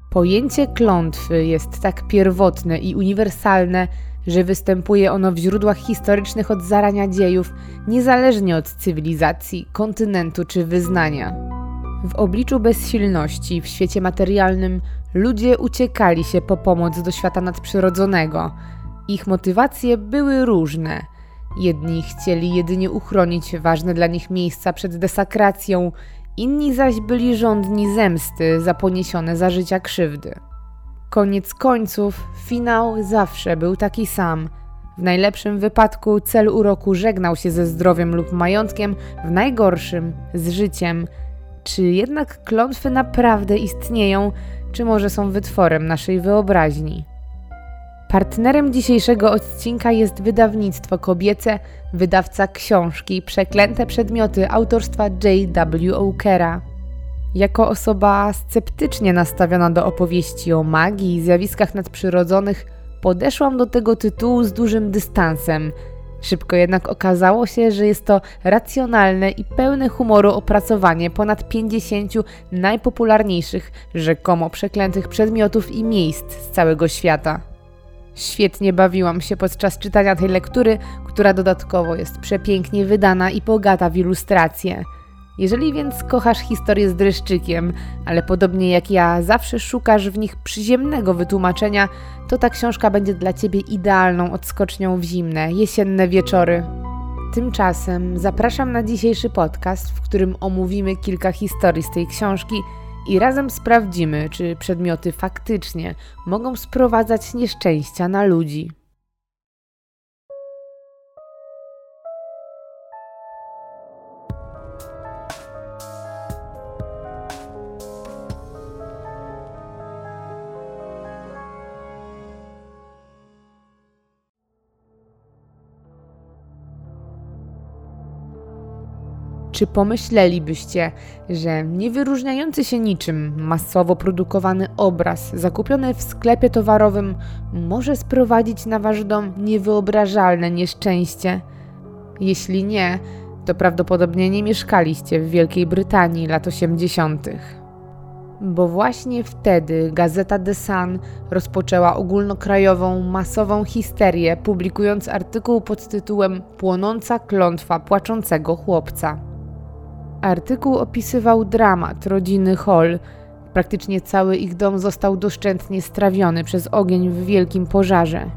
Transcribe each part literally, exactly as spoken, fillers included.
Pojęcie klątwy jest tak pierwotne i uniwersalne, że występuje ono w źródłach historycznych od zarania dziejów, niezależnie od cywilizacji, kontynentu czy wyznania. W obliczu bezsilności w świecie materialnym ludzie uciekali się po pomoc do świata nadprzyrodzonego. Ich motywacje były różne. Jedni chcieli jedynie uchronić ważne dla nich miejsca przed desakracją, inni zaś byli żądni zemsty za poniesione za życia krzywdy. Koniec końców, finał zawsze był taki sam. W najlepszym wypadku cel uroku żegnał się ze zdrowiem lub majątkiem, w najgorszym z życiem. Czy jednak klątwy naprawdę istnieją, czy może są wytworem naszej wyobraźni? Partnerem dzisiejszego odcinka jest wydawnictwo kobiece, wydawca książki Przeklęte przedmioty autorstwa J W Oakera. Jako osoba sceptycznie nastawiona do opowieści o magii i zjawiskach nadprzyrodzonych, podeszłam do tego tytułu z dużym dystansem. Szybko jednak okazało się, że jest to racjonalne i pełne humoru opracowanie ponad pięćdziesięciu najpopularniejszych, rzekomo przeklętych przedmiotów i miejsc z całego świata. Świetnie bawiłam się podczas czytania tej lektury, która dodatkowo jest przepięknie wydana i bogata w ilustracje. Jeżeli więc kochasz historię z dreszczykiem, ale podobnie jak ja zawsze szukasz w nich przyziemnego wytłumaczenia, to ta książka będzie dla Ciebie idealną odskocznią w zimne, jesienne wieczory. Tymczasem zapraszam na dzisiejszy podcast, w którym omówimy kilka historii z tej książki i razem sprawdzimy, czy przedmioty faktycznie mogą sprowadzać nieszczęścia na ludzi. Czy pomyślelibyście, że niewyróżniający się niczym masowo produkowany obraz zakupiony w sklepie towarowym może sprowadzić na wasz dom niewyobrażalne nieszczęście? Jeśli nie, to prawdopodobnie nie mieszkaliście w Wielkiej Brytanii lat osiemdziesiątych. Bo właśnie wtedy gazeta The Sun rozpoczęła ogólnokrajową, masową histerię, publikując artykuł pod tytułem „Płonąca klątwa płaczącego chłopca”. Artykuł opisywał dramat rodziny Hall. Praktycznie cały ich dom został doszczętnie strawiony przez ogień w wielkim pożarze.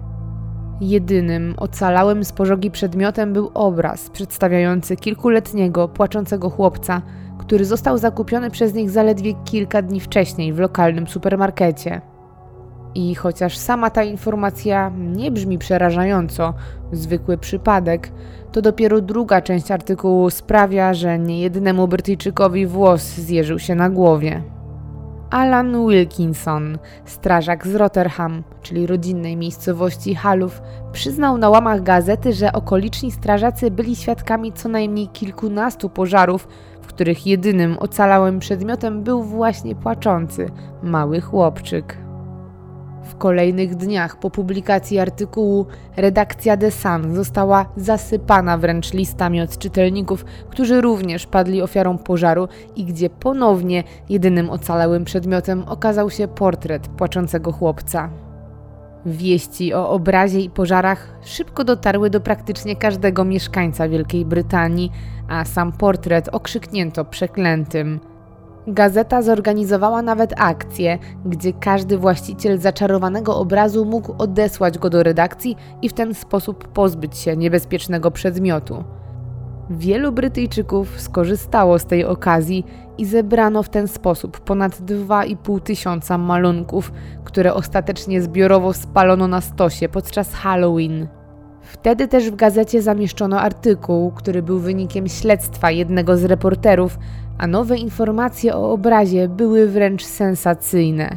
Jedynym ocalałym z pożogi przedmiotem był obraz przedstawiający kilkuletniego, płaczącego chłopca, który został zakupiony przez nich zaledwie kilka dni wcześniej w lokalnym supermarkecie. I chociaż sama ta informacja nie brzmi przerażająco, zwykły przypadek, to dopiero druga część artykułu sprawia, że niejednemu Brytyjczykowi włos zjeżył się na głowie. Alan Wilkinson, strażak z Rotherham, czyli rodzinnej miejscowości Hallów, przyznał na łamach gazety, że okoliczni strażacy byli świadkami co najmniej kilkunastu pożarów, w których jedynym ocalałym przedmiotem był właśnie płaczący, mały chłopczyk. W kolejnych dniach po publikacji artykułu redakcja The Sun została zasypana wręcz listami od czytelników, którzy również padli ofiarą pożaru i gdzie ponownie jedynym ocalałym przedmiotem okazał się portret płaczącego chłopca. Wieści o obrazie i pożarach szybko dotarły do praktycznie każdego mieszkańca Wielkiej Brytanii, a sam portret okrzyknięto przeklętym. Gazeta zorganizowała nawet akcję, gdzie każdy właściciel zaczarowanego obrazu mógł odesłać go do redakcji i w ten sposób pozbyć się niebezpiecznego przedmiotu. Wielu Brytyjczyków skorzystało z tej okazji i zebrano w ten sposób ponad dwa i pół tysiąca malunków, które ostatecznie zbiorowo spalono na stosie podczas Halloween. Wtedy też w gazecie zamieszczono artykuł, który był wynikiem śledztwa jednego z reporterów, a nowe informacje o obrazie były wręcz sensacyjne.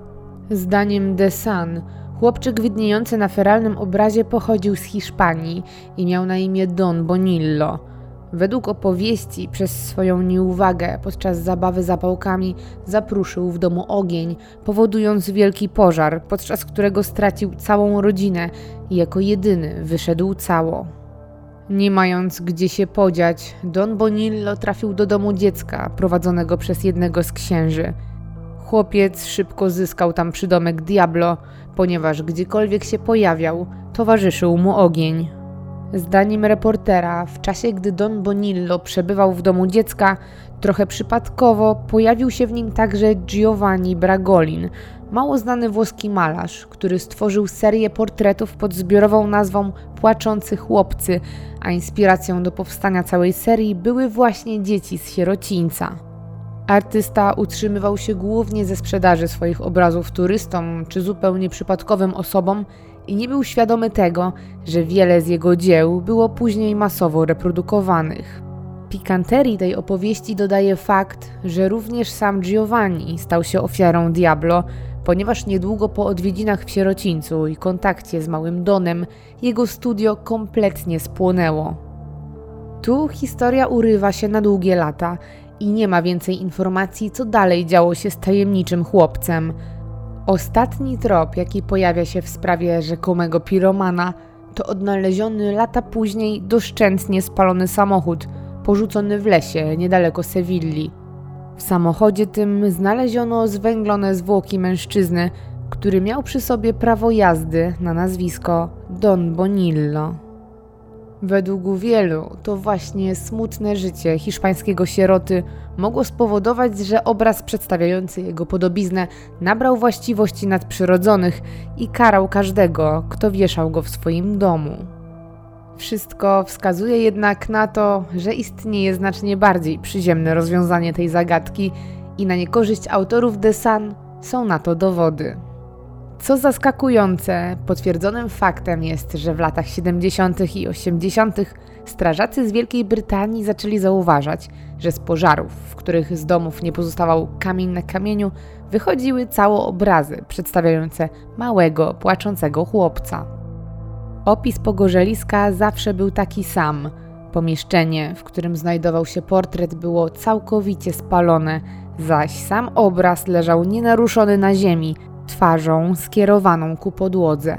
Zdaniem The Sun, chłopczyk widniejący na feralnym obrazie pochodził z Hiszpanii i miał na imię Don Bonillo. Według opowieści przez swoją nieuwagę podczas zabawy zapałkami zapruszył w domu ogień, powodując wielki pożar, podczas którego stracił całą rodzinę i jako jedyny wyszedł cało. Nie mając gdzie się podziać, Don Bonillo trafił do domu dziecka prowadzonego przez jednego z księży. Chłopiec szybko zyskał tam przydomek Diablo, ponieważ gdziekolwiek się pojawiał, towarzyszył mu ogień. Zdaniem reportera, w czasie gdy Don Bonillo przebywał w domu dziecka, trochę przypadkowo pojawił się w nim także Giovanni Bragolin, mało znany włoski malarz, który stworzył serię portretów pod zbiorową nazwą Płaczący chłopcy, a inspiracją do powstania całej serii były właśnie dzieci z sierocińca. Artysta utrzymywał się głównie ze sprzedaży swoich obrazów turystom czy zupełnie przypadkowym osobom i nie był świadomy tego, że wiele z jego dzieł było później masowo reprodukowanych. Pikanterii tej opowieści dodaje fakt, że również sam Giovanni stał się ofiarą Diablo, ponieważ niedługo po odwiedzinach w sierocińcu i kontakcie z małym Donem jego studio kompletnie spłonęło. Tu historia urywa się na długie lata i nie ma więcej informacji, co dalej działo się z tajemniczym chłopcem. Ostatni trop, jaki pojawia się w sprawie rzekomego piromana, to odnaleziony lata później doszczętnie spalony samochód, porzucony w lesie niedaleko Sewilli. W samochodzie tym znaleziono zwęglone zwłoki mężczyzny, który miał przy sobie prawo jazdy na nazwisko Don Bonillo. Według wielu to właśnie smutne życie hiszpańskiego sieroty mogło spowodować, że obraz przedstawiający jego podobiznę nabrał właściwości nadprzyrodzonych i karał każdego, kto wieszał go w swoim domu. Wszystko wskazuje jednak na to, że istnieje znacznie bardziej przyziemne rozwiązanie tej zagadki i na niekorzyść autorów The Sun są na to dowody. Co zaskakujące, potwierdzonym faktem jest, że w latach siedemdziesiątych i osiemdziesiątych strażacy z Wielkiej Brytanii zaczęli zauważać, że z pożarów, w których z domów nie pozostawał kamień na kamieniu, wychodziły całoobrazy przedstawiające małego, płaczącego chłopca. Opis pogorzeliska zawsze był taki sam. Pomieszczenie, w którym znajdował się portret, było całkowicie spalone, zaś sam obraz leżał nienaruszony na ziemi, twarzą skierowaną ku podłodze.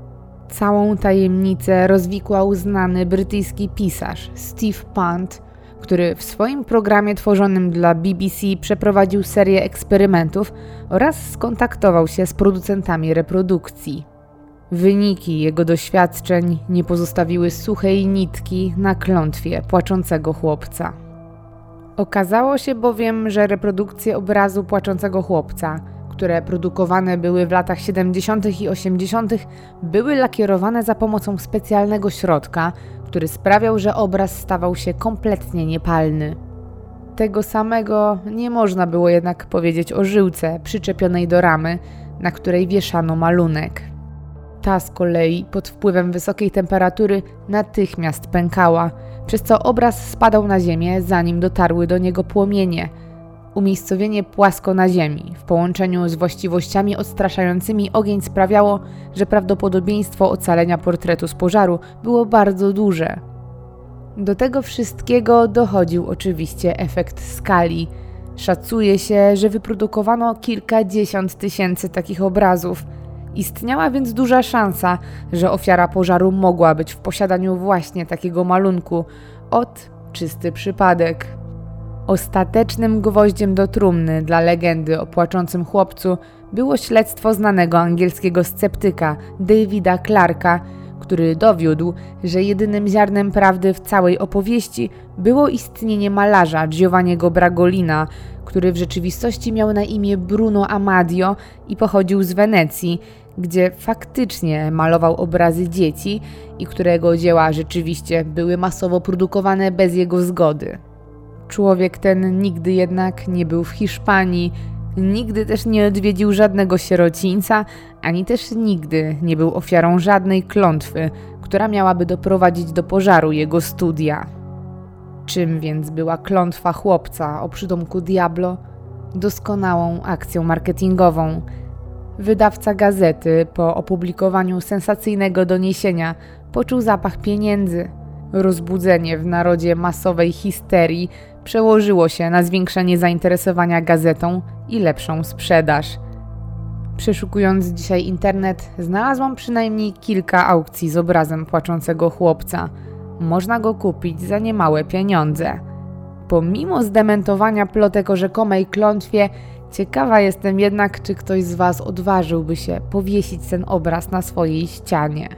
Całą tajemnicę rozwikłał znany brytyjski pisarz Steve Punt, który w swoim programie tworzonym dla B B C przeprowadził serię eksperymentów oraz skontaktował się z producentami reprodukcji. Wyniki jego doświadczeń nie pozostawiły suchej nitki na klątwie płaczącego chłopca. Okazało się bowiem, że reprodukcje obrazu płaczącego chłopca, które produkowane były w latach siedemdziesiątych i osiemdziesiątych, były lakierowane za pomocą specjalnego środka, który sprawiał, że obraz stawał się kompletnie niepalny. Tego samego nie można było jednak powiedzieć o żyłce przyczepionej do ramy, na której wieszano malunek. Ta z kolei pod wpływem wysokiej temperatury natychmiast pękała, przez co obraz spadał na ziemię, zanim dotarły do niego płomienie. Umiejscowienie płasko na ziemi w połączeniu z właściwościami odstraszającymi ogień sprawiało, że prawdopodobieństwo ocalenia portretu z pożaru było bardzo duże. Do tego wszystkiego dochodził oczywiście efekt skali. Szacuje się, że wyprodukowano kilkadziesiąt tysięcy takich obrazów. Istniała więc duża szansa, że ofiara pożaru mogła być w posiadaniu właśnie takiego malunku. Ot, czysty przypadek. Ostatecznym gwoździem do trumny dla legendy o płaczącym chłopcu było śledztwo znanego angielskiego sceptyka Davida Clarka, który dowiódł, że jedynym ziarnem prawdy w całej opowieści było istnienie malarza Giovanniego Bragolina, który w rzeczywistości miał na imię Bruno Amadio i pochodził z Wenecji, gdzie faktycznie malował obrazy dzieci i którego dzieła rzeczywiście były masowo produkowane bez jego zgody. Człowiek ten nigdy jednak nie był w Hiszpanii, nigdy też nie odwiedził żadnego sierocińca, ani też nigdy nie był ofiarą żadnej klątwy, która miałaby doprowadzić do pożaru jego studia. Czym więc była klątwa chłopca o przydomku Diablo? Doskonałą akcją marketingową. Wydawca gazety po opublikowaniu sensacyjnego doniesienia poczuł zapach pieniędzy. Rozbudzenie w narodzie masowej histerii przełożyło się na zwiększenie zainteresowania gazetą i lepszą sprzedaż. Przeszukując dzisiaj internet, znalazłam przynajmniej kilka aukcji z obrazem płaczącego chłopca. Można go kupić za niemałe pieniądze. Pomimo zdementowania plotek o rzekomej klątwie, Ciekawa jestem jednak, czy ktoś z Was odważyłby się powiesić ten obraz na swojej ścianie.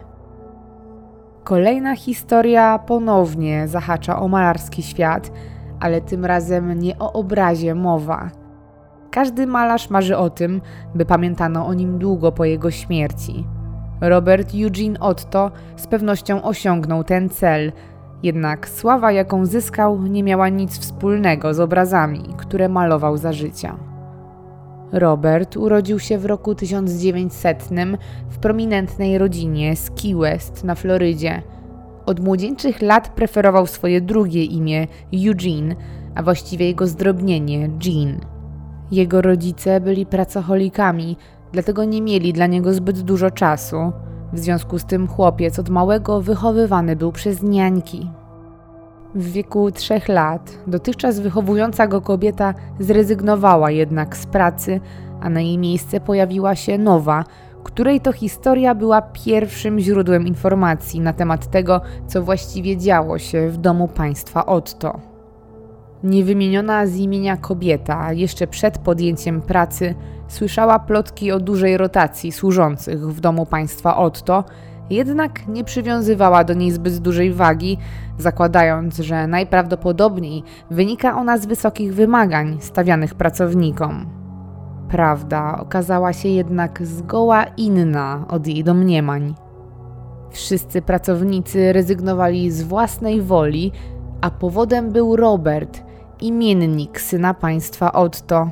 Kolejna historia ponownie zahacza o malarski świat, ale tym razem nie o obrazie mowa. Każdy malarz marzy o tym, by pamiętano o nim długo po jego śmierci. Robert Eugene Otto z pewnością osiągnął ten cel, jednak sława, jaką zyskał, nie miała nic wspólnego z obrazami, które malował za życia. Robert urodził się w roku tysiąc dziewięćsetnym w prominentnej rodzinie z Key West na Florydzie. Od młodzieńczych lat preferował swoje drugie imię Eugene, a właściwie jego zdrobnienie Gene. Jego rodzice byli pracocholikami, dlatego nie mieli dla niego zbyt dużo czasu. W związku z tym chłopiec od małego wychowywany był przez niańki. W wieku trzech lat dotychczas wychowująca go kobieta zrezygnowała jednak z pracy, a na jej miejsce pojawiła się nowa, której to historia była pierwszym źródłem informacji na temat tego, co właściwie działo się w domu państwa Otto. Niewymieniona z imienia kobieta jeszcze przed podjęciem pracy słyszała plotki o dużej rotacji służących w domu państwa Otto, jednak nie przywiązywała do niej zbyt dużej wagi, zakładając, że najprawdopodobniej wynika ona z wysokich wymagań stawianych pracownikom. Prawda okazała się jednak zgoła inna od jej domniemań. Wszyscy pracownicy rezygnowali z własnej woli, a powodem był Robert, imiennik syna państwa Otto.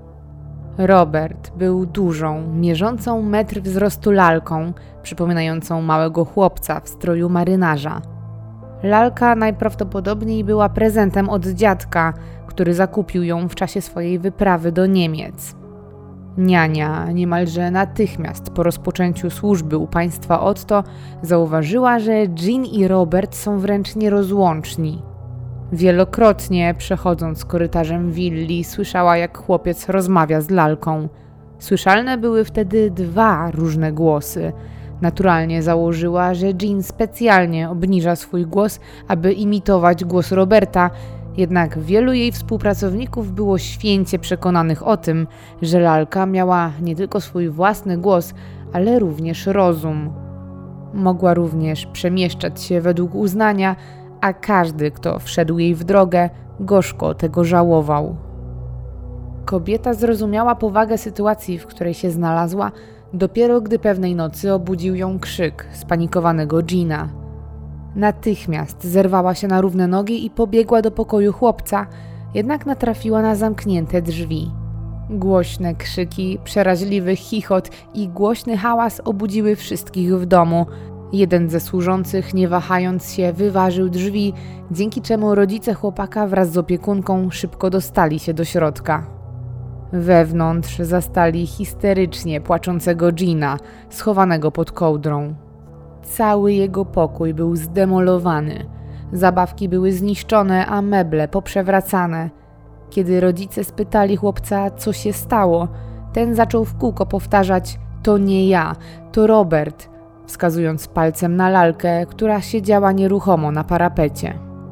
Robert był dużą, mierzącą metr wzrostu lalką, przypominającą małego chłopca w stroju marynarza. Lalka najprawdopodobniej była prezentem od dziadka, który zakupił ją w czasie swojej wyprawy do Niemiec. Niania niemalże natychmiast po rozpoczęciu służby u państwa Otto zauważyła, że Jean i Robert są wręcz nierozłączni. Wielokrotnie przechodząc korytarzem willi słyszała, jak chłopiec rozmawia z lalką. Słyszalne były wtedy dwa różne głosy. Naturalnie założyła, że Jean specjalnie obniża swój głos, aby imitować głos Roberta, jednak wielu jej współpracowników było święcie przekonanych o tym, że lalka miała nie tylko swój własny głos, ale również rozum. Mogła również przemieszczać się według uznania, a każdy, kto wszedł jej w drogę, gorzko tego żałował. Kobieta zrozumiała powagę sytuacji, w której się znalazła, dopiero gdy pewnej nocy obudził ją krzyk spanikowanego Jeana. Natychmiast zerwała się na równe nogi i pobiegła do pokoju chłopca, jednak natrafiła na zamknięte drzwi. Głośne krzyki, przeraźliwy chichot i głośny hałas obudziły wszystkich w domu. Jeden ze służących, nie wahając się, wyważył drzwi, dzięki czemu rodzice chłopaka wraz z opiekunką szybko dostali się do środka. Wewnątrz zastali histerycznie płaczącego Jeana, schowanego pod kołdrą. Cały jego pokój był zdemolowany. Zabawki były zniszczone, a meble poprzewracane. Kiedy rodzice spytali chłopca, co się stało, ten zaczął w kółko powtarzać: to nie ja, to Robert, wskazując palcem na lalkę, która siedziała nieruchomo na parapecie.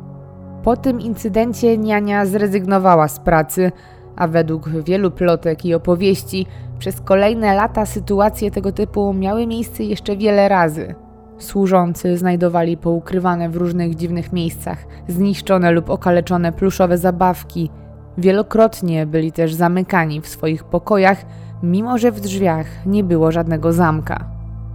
Po tym incydencie niania zrezygnowała z pracy, a według wielu plotek i opowieści przez kolejne lata sytuacje tego typu miały miejsce jeszcze wiele razy. Służący znajdowali poukrywane w różnych dziwnych miejscach zniszczone lub okaleczone pluszowe zabawki. Wielokrotnie byli też zamykani w swoich pokojach, mimo że w drzwiach nie było żadnego zamka.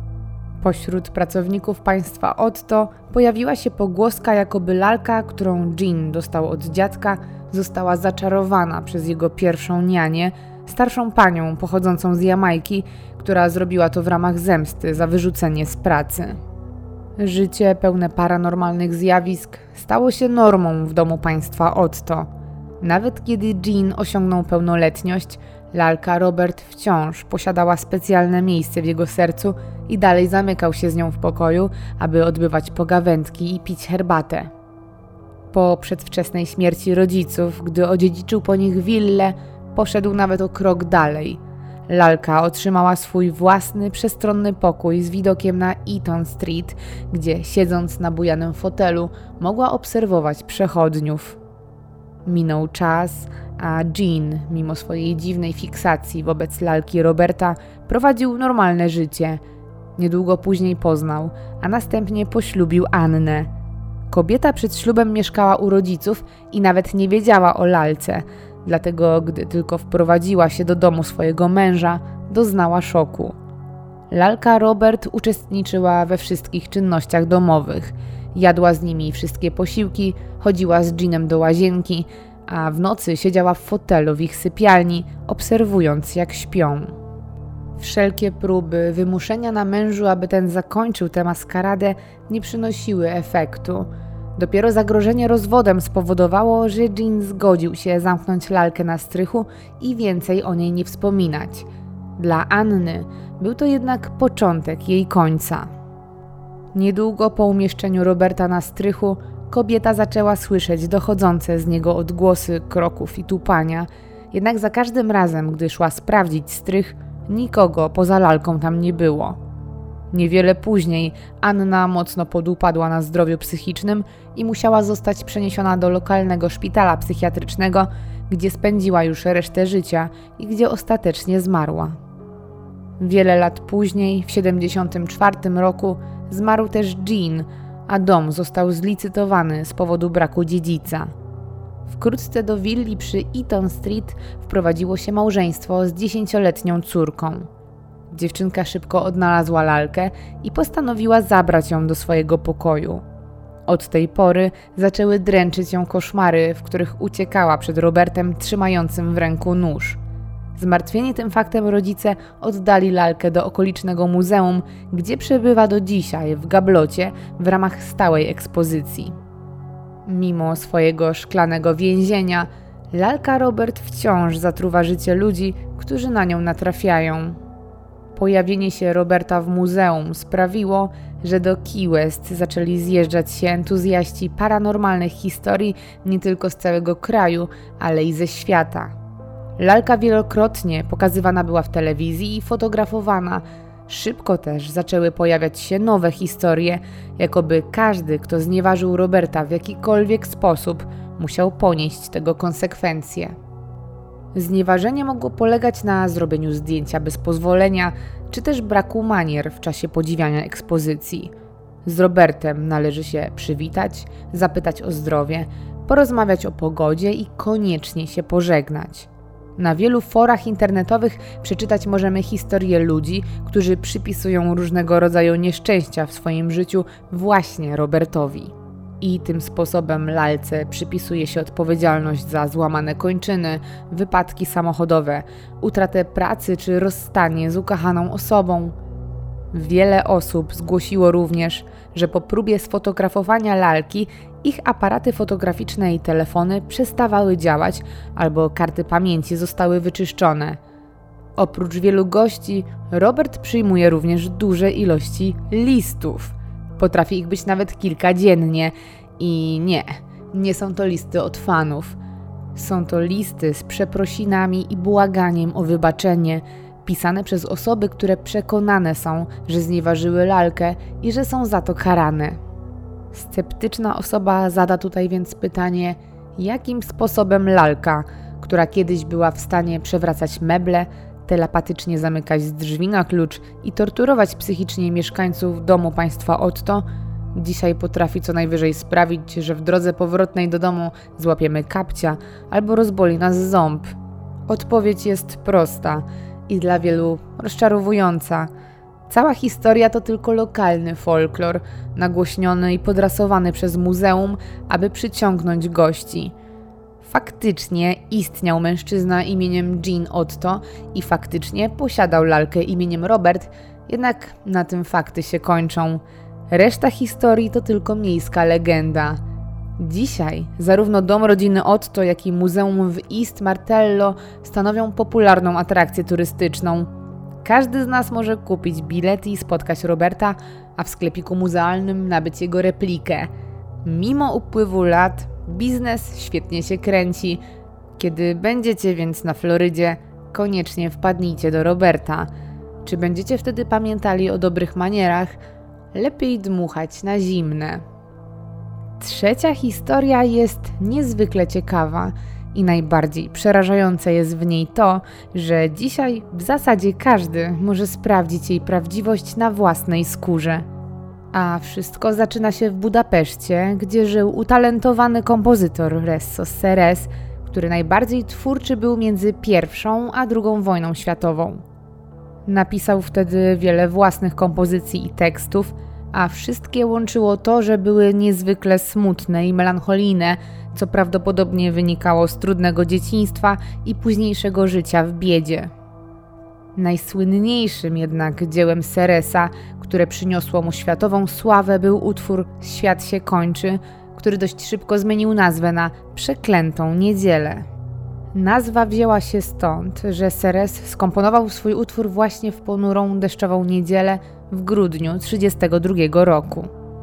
Pośród pracowników państwa Otto pojawiła się pogłoska, jakoby lalka, którą Jean dostał od dziadka, została zaczarowana przez jego pierwszą nianię, starszą panią pochodzącą z Jamajki, która zrobiła to w ramach zemsty za wyrzucenie z pracy. Życie pełne paranormalnych zjawisk stało się normą w domu państwa Otto. Nawet kiedy Jean osiągnął pełnoletność, lalka Robert wciąż posiadała specjalne miejsce w jego sercu i dalej zamykał się z nią w pokoju, aby odbywać pogawędki i pić herbatę. Po przedwczesnej śmierci rodziców, gdy odziedziczył po nich willę, poszedł nawet o krok dalej. Lalka otrzymała swój własny, przestronny pokój z widokiem na Eaton Street, gdzie siedząc na bujanym fotelu mogła obserwować przechodniów. Minął czas, a Jean, mimo swojej dziwnej fiksacji wobec lalki Roberta, prowadził normalne życie. Niedługo później poznał, a następnie poślubił Annę. Kobieta przed ślubem mieszkała u rodziców i nawet nie wiedziała o lalce, dlatego gdy tylko wprowadziła się do domu swojego męża, doznała szoku. Lalka Robert uczestniczyła we wszystkich czynnościach domowych. Jadła z nimi wszystkie posiłki, chodziła z Jeanem do łazienki, a w nocy siedziała w fotelu w ich sypialni, obserwując jak śpią. Wszelkie próby wymuszenia na mężu, aby ten zakończył tę maskaradę, nie przynosiły efektu. Dopiero zagrożenie rozwodem spowodowało, że Jean zgodził się zamknąć lalkę na strychu i więcej o niej nie wspominać. Dla Anny był to jednak początek jej końca. Niedługo po umieszczeniu Roberta na strychu kobieta zaczęła słyszeć dochodzące z niego odgłosy kroków i tupania, jednak za każdym razem, gdy szła sprawdzić strych, nikogo poza lalką tam nie było. Niewiele później Anna mocno podupadła na zdrowiu psychicznym i musiała zostać przeniesiona do lokalnego szpitala psychiatrycznego, gdzie spędziła już resztę życia i gdzie ostatecznie zmarła. Wiele lat później, w siedemdziesiątym czwartym roku, zmarł też Jean, a dom został zlicytowany z powodu braku dziedzica. Wkrótce do willi przy Eaton Street wprowadziło się małżeństwo z dziesięcioletnią córką. Dziewczynka szybko odnalazła lalkę i postanowiła zabrać ją do swojego pokoju. Od tej pory zaczęły dręczyć ją koszmary, w których uciekała przed Robertem trzymającym w ręku nóż. Zmartwieni tym faktem rodzice oddali lalkę do okolicznego muzeum, gdzie przebywa do dzisiaj w gablocie w ramach stałej ekspozycji. Mimo swojego szklanego więzienia, lalka Robert wciąż zatruwa życie ludzi, którzy na nią natrafiają. Pojawienie się Roberta w muzeum sprawiło, że do Key West zaczęli zjeżdżać się entuzjaści paranormalnych historii nie tylko z całego kraju, ale i ze świata. Lalka wielokrotnie pokazywana była w telewizji i fotografowana. Szybko też zaczęły pojawiać się nowe historie, jakoby każdy, kto znieważył Roberta w jakikolwiek sposób, musiał ponieść tego konsekwencje. Znieważenie mogło polegać na zrobieniu zdjęcia bez pozwolenia, czy też braku manier w czasie podziwiania ekspozycji. Z Robertem należy się przywitać, zapytać o zdrowie, porozmawiać o pogodzie i koniecznie się pożegnać. Na wielu forach internetowych przeczytać możemy historie ludzi, którzy przypisują różnego rodzaju nieszczęścia w swoim życiu właśnie Robertowi. I tym sposobem lalce przypisuje się odpowiedzialność za złamane kończyny, wypadki samochodowe, utratę pracy czy rozstanie z ukochaną osobą. Wiele osób zgłosiło również, że po próbie sfotografowania lalki ich aparaty fotograficzne i telefony przestawały działać albo karty pamięci zostały wyczyszczone. Oprócz wielu gości, Robert przyjmuje również duże ilości listów. Potrafi ich być nawet kilka dziennie i nie, nie są to listy od fanów. Są to listy z przeprosinami i błaganiem o wybaczenie, pisane przez osoby, które przekonane są, że znieważyły lalkę i że są za to karane. Sceptyczna osoba zada tutaj więc pytanie, jakim sposobem lalka, która kiedyś była w stanie przewracać meble, telepatycznie zamykać drzwi na klucz i torturować psychicznie mieszkańców domu państwa Otto, dzisiaj potrafi co najwyżej sprawić, że w drodze powrotnej do domu złapiemy kapcia albo rozboli nas ząb. Odpowiedź jest prosta i dla wielu rozczarowująca. Cała historia to tylko lokalny folklor, nagłośniony i podrasowany przez muzeum, aby przyciągnąć gości. Faktycznie istniał mężczyzna imieniem Jean Otto i faktycznie posiadał lalkę imieniem Robert, jednak na tym fakty się kończą. Reszta historii to tylko miejska legenda. Dzisiaj zarówno dom rodziny Otto, jak i muzeum w East Martello stanowią popularną atrakcję turystyczną. Każdy z nas może kupić bilet i spotkać Roberta, a w sklepiku muzealnym nabyć jego replikę. Mimo upływu lat biznes świetnie się kręci. Kiedy będziecie więc na Florydzie, koniecznie wpadnijcie do Roberta. Czy będziecie wtedy pamiętali o dobrych manierach? Lepiej dmuchać na zimne. Trzecia historia jest niezwykle ciekawa i najbardziej przerażające jest w niej to, że dzisiaj w zasadzie każdy może sprawdzić jej prawdziwość na własnej skórze. A wszystko zaczyna się w Budapeszcie, gdzie żył utalentowany kompozytor Resso Seress, który najbardziej twórczy był między pierwszą a drugą wojną światową. Napisał wtedy wiele własnych kompozycji i tekstów, a wszystkie łączyło to, że były niezwykle smutne i melancholijne, co prawdopodobnie wynikało z trudnego dzieciństwa i późniejszego życia w biedzie. Najsłynniejszym jednak dziełem Seressa, które przyniosło mu światową sławę, był utwór Świat się kończy, który dość szybko zmienił nazwę na Przeklętą niedzielę. Nazwa wzięła się stąd, że Seress skomponował swój utwór właśnie w ponurą deszczową niedzielę w grudniu tysiąc dziewięćset trzydziestego drugiego roku.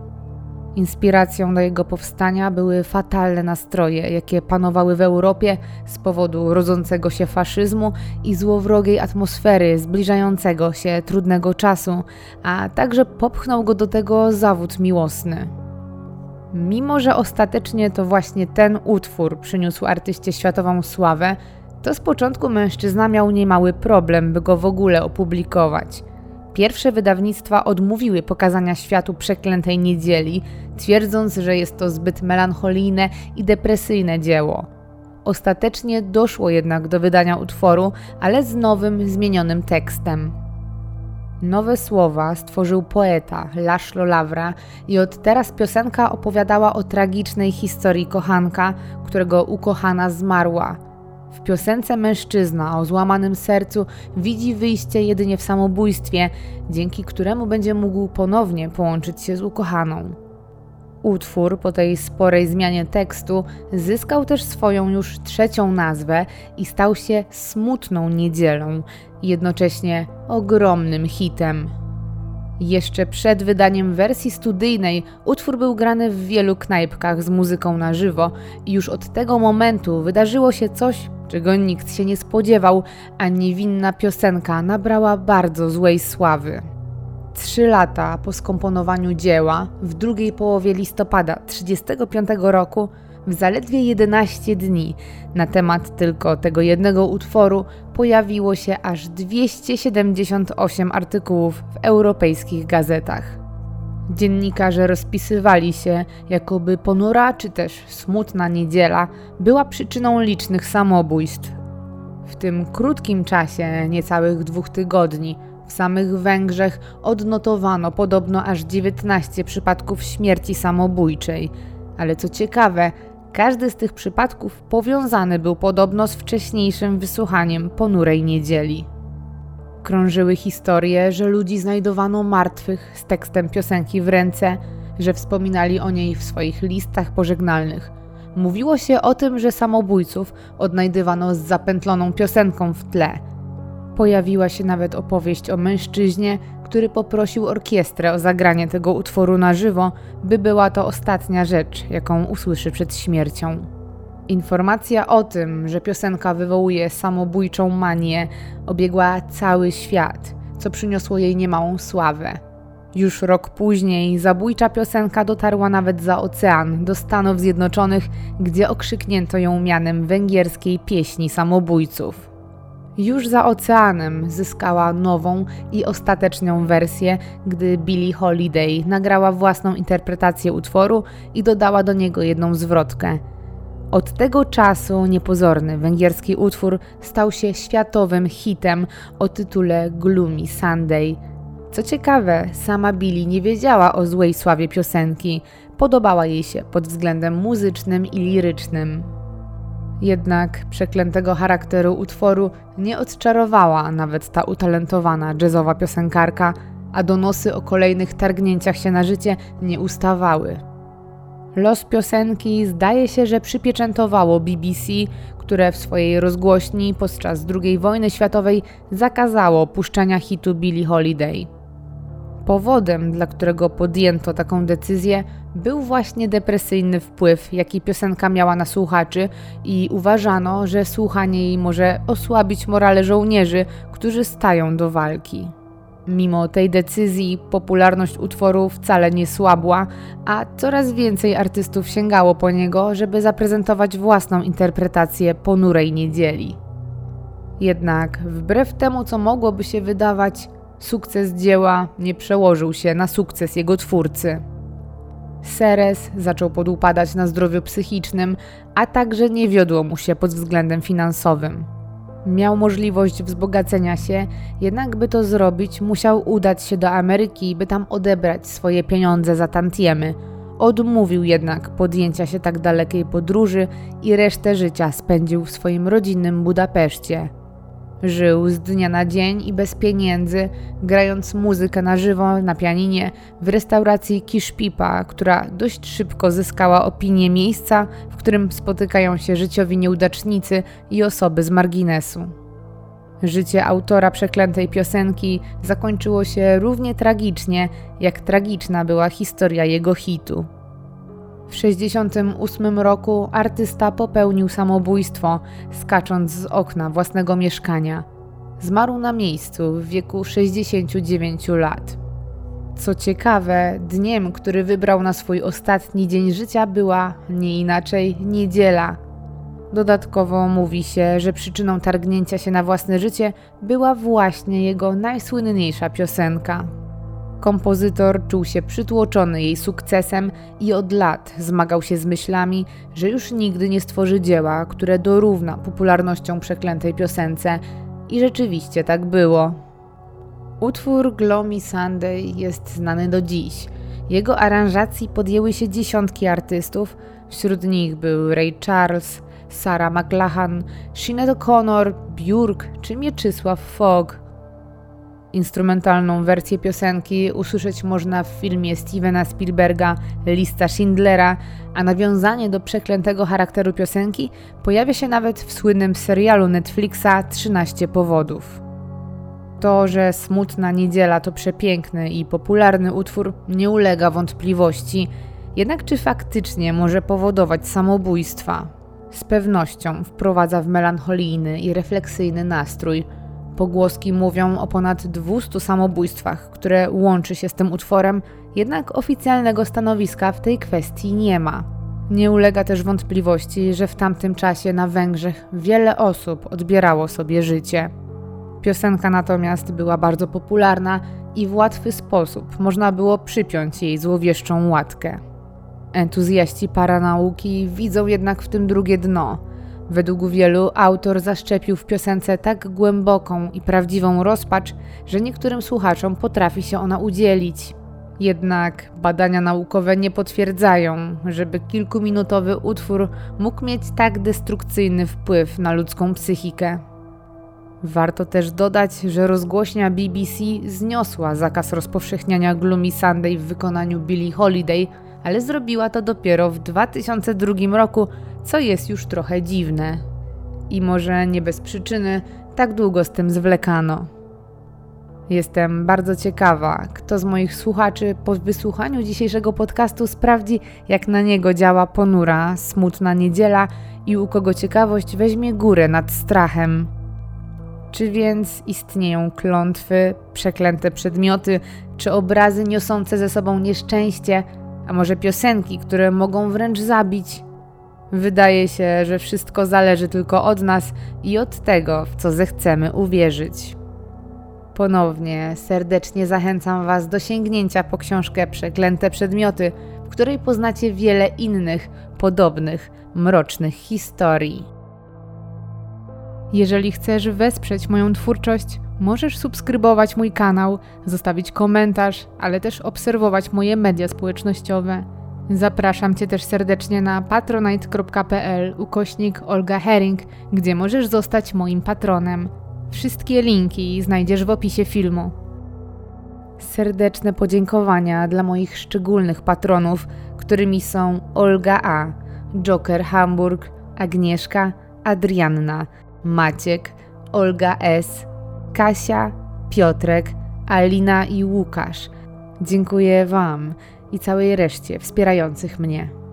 Inspiracją do jego powstania były fatalne nastroje, jakie panowały w Europie z powodu rodzącego się faszyzmu i złowrogiej atmosfery zbliżającego się trudnego czasu, a także popchnął go do tego zawód miłosny. Mimo że ostatecznie to właśnie ten utwór przyniósł artyście światową sławę, to z początku mężczyzna miał niemały problem, by go w ogóle opublikować. Pierwsze wydawnictwa odmówiły pokazania światu Przeklętej niedzieli, twierdząc, że jest to zbyt melancholijne i depresyjne dzieło. Ostatecznie doszło jednak do wydania utworu, ale z nowym, zmienionym tekstem. Nowe słowa stworzył poeta Laszlo Lawra i od teraz piosenka opowiadała o tragicznej historii kochanka, którego ukochana zmarła. W piosence mężczyzna o złamanym sercu widzi wyjście jedynie w samobójstwie, dzięki któremu będzie mógł ponownie połączyć się z ukochaną. Utwór po tej sporej zmianie tekstu zyskał też swoją już trzecią nazwę i stał się Smutną niedzielą, jednocześnie ogromnym hitem. Jeszcze przed wydaniem wersji studyjnej utwór był grany w wielu knajpkach z muzyką na żywo i już od tego momentu wydarzyło się coś, czego nikt się nie spodziewał, a niewinna piosenka nabrała bardzo złej sławy. Trzy lata po skomponowaniu dzieła, w drugiej połowie listopada tysiąc dziewięćset trzydziestego piątego roku, w zaledwie jedenaście dni, na temat tylko tego jednego utworu pojawiło się aż dwieście siedemdziesiąt osiem artykułów w europejskich gazetach. Dziennikarze rozpisywali się, jakoby ponura czy też smutna niedziela była przyczyną licznych samobójstw. W tym krótkim czasie, niecałych dwóch tygodni, w samych Węgrzech odnotowano podobno aż dziewiętnaście przypadków śmierci samobójczej, ale co ciekawe, każdy z tych przypadków powiązany był podobno z wcześniejszym wysłuchaniem ponurej niedzieli. Krążyły historie, że ludzi znajdowano martwych z tekstem piosenki w ręce, że wspominali o niej w swoich listach pożegnalnych. Mówiło się o tym, że samobójców odnajdywano z zapętloną piosenką w tle. Pojawiła się nawet opowieść o mężczyźnie, który poprosił orkiestrę o zagranie tego utworu na żywo, by była to ostatnia rzecz, jaką usłyszy przed śmiercią. Informacja o tym, że piosenka wywołuje samobójczą manię, obiegła cały świat, co przyniosło jej niemałą sławę. Już rok później zabójcza piosenka dotarła nawet za ocean, do Stanów Zjednoczonych, gdzie okrzyknięto ją mianem węgierskiej pieśni samobójców. Już za oceanem zyskała nową i ostateczną wersję, gdy Billie Holiday nagrała własną interpretację utworu i dodała do niego jedną zwrotkę. Od tego czasu niepozorny węgierski utwór stał się światowym hitem o tytule Gloomy Sunday. Co ciekawe, sama Billie nie wiedziała o złej sławie piosenki, podobała jej się pod względem muzycznym i lirycznym. Jednak przeklętego charakteru utworu nie odczarowała nawet ta utalentowana jazzowa piosenkarka, a donosy o kolejnych targnięciach się na życie nie ustawały. Los piosenki zdaje się, że przypieczętowało B B C, które w swojej rozgłośni podczas drugiej wojny światowej zakazało puszczania hitu Billie Holiday. Powodem, dla którego podjęto taką decyzję, był właśnie depresyjny wpływ, jaki piosenka miała na słuchaczy i uważano, że słuchanie jej może osłabić morale żołnierzy, którzy stają do walki. Mimo tej decyzji popularność utworu wcale nie słabła, a coraz więcej artystów sięgało po niego, żeby zaprezentować własną interpretację ponurej niedzieli. Jednak wbrew temu, co mogłoby się wydawać, sukces dzieła nie przełożył się na sukces jego twórcy. Seres zaczął podupadać na zdrowiu psychicznym, a także nie wiodło mu się pod względem finansowym. Miał możliwość wzbogacenia się, jednak by to zrobić, musiał udać się do Ameryki, by tam odebrać swoje pieniądze za tantiemy. Odmówił jednak podjęcia się tak dalekiej podróży i resztę życia spędził w swoim rodzinnym Budapeszcie. Żył z dnia na dzień i bez pieniędzy, grając muzykę na żywo na pianinie w restauracji Kiszpipa, która dość szybko zyskała opinię miejsca, w którym spotykają się życiowi nieudacznicy i osoby z marginesu. Życie autora przeklętej piosenki zakończyło się równie tragicznie, jak tragiczna była historia jego hitu. W sześćdziesiątym ósmym roku artysta popełnił samobójstwo, skacząc z okna własnego mieszkania. Zmarł na miejscu w wieku sześćdziesięciu dziewięciu lat. Co ciekawe, dniem, który wybrał na swój ostatni dzień życia, była nie inaczej niedziela. Dodatkowo mówi się, że przyczyną targnięcia się na własne życie była właśnie jego najsłynniejsza piosenka. Kompozytor czuł się przytłoczony jej sukcesem i od lat zmagał się z myślami, że już nigdy nie stworzy dzieła, które dorówna popularnością przeklętej piosence, i rzeczywiście tak było. Utwór Gloomy Sunday jest znany do dziś. Jego aranżacji podjęły się dziesiątki artystów, wśród nich był Ray Charles, Sarah McLachlan, Sinead O'Connor, Björk czy Mieczysław Fogg. Instrumentalną wersję piosenki usłyszeć można w filmie Stevena Spielberga Lista Schindlera, a nawiązanie do przeklętego charakteru piosenki pojawia się nawet w słynnym serialu Netflixa trzynaście powodów. To, że Smutna niedziela to przepiękny i popularny utwór, nie ulega wątpliwości, jednak czy faktycznie może powodować samobójstwa? Z pewnością wprowadza w melancholijny i refleksyjny nastrój. Pogłoski mówią o ponad dwustu samobójstwach, które łączy się z tym utworem, jednak oficjalnego stanowiska w tej kwestii nie ma. Nie ulega też wątpliwości, że w tamtym czasie na Węgrzech wiele osób odbierało sobie życie. Piosenka natomiast była bardzo popularna i w łatwy sposób można było przypiąć jej złowieszczą łatkę. Entuzjaści paranauki widzą jednak w tym drugie dno. Według wielu autor zaszczepił w piosence tak głęboką i prawdziwą rozpacz, że niektórym słuchaczom potrafi się ona udzielić. Jednak badania naukowe nie potwierdzają, żeby kilkuminutowy utwór mógł mieć tak destrukcyjny wpływ na ludzką psychikę. Warto też dodać, że rozgłośnia B B C zniosła zakaz rozpowszechniania Gloomy Sunday w wykonaniu Billie Holiday, ale zrobiła to dopiero w dwa tysiące drugim roku, co jest już trochę dziwne. I może nie bez przyczyny tak długo z tym zwlekano. Jestem bardzo ciekawa, kto z moich słuchaczy po wysłuchaniu dzisiejszego podcastu sprawdzi, jak na niego działa ponura, smutna niedziela i u kogo ciekawość weźmie górę nad strachem. Czy więc istnieją klątwy, przeklęte przedmioty, czy obrazy niosące ze sobą nieszczęście, a może piosenki, które mogą wręcz zabić? Wydaje się, że wszystko zależy tylko od nas i od tego, w co zechcemy uwierzyć. Ponownie serdecznie zachęcam Was do sięgnięcia po książkę Przeklęte przedmioty, w której poznacie wiele innych, podobnych, mrocznych historii. Jeżeli chcesz wesprzeć moją twórczość, możesz subskrybować mój kanał, zostawić komentarz, ale też obserwować moje media społecznościowe. Zapraszam Cię też serdecznie na patronite kropka p l ukośnik Olga Hering, gdzie możesz zostać moim patronem. Wszystkie linki znajdziesz w opisie filmu. Serdeczne podziękowania dla moich szczególnych patronów, którymi są Olga A., Joker Hamburg, Agnieszka, Adrianna, Maciek, Olga S., Kasia, Piotrek, Alina i Łukasz. Dziękuję Wam i całej reszcie wspierających mnie.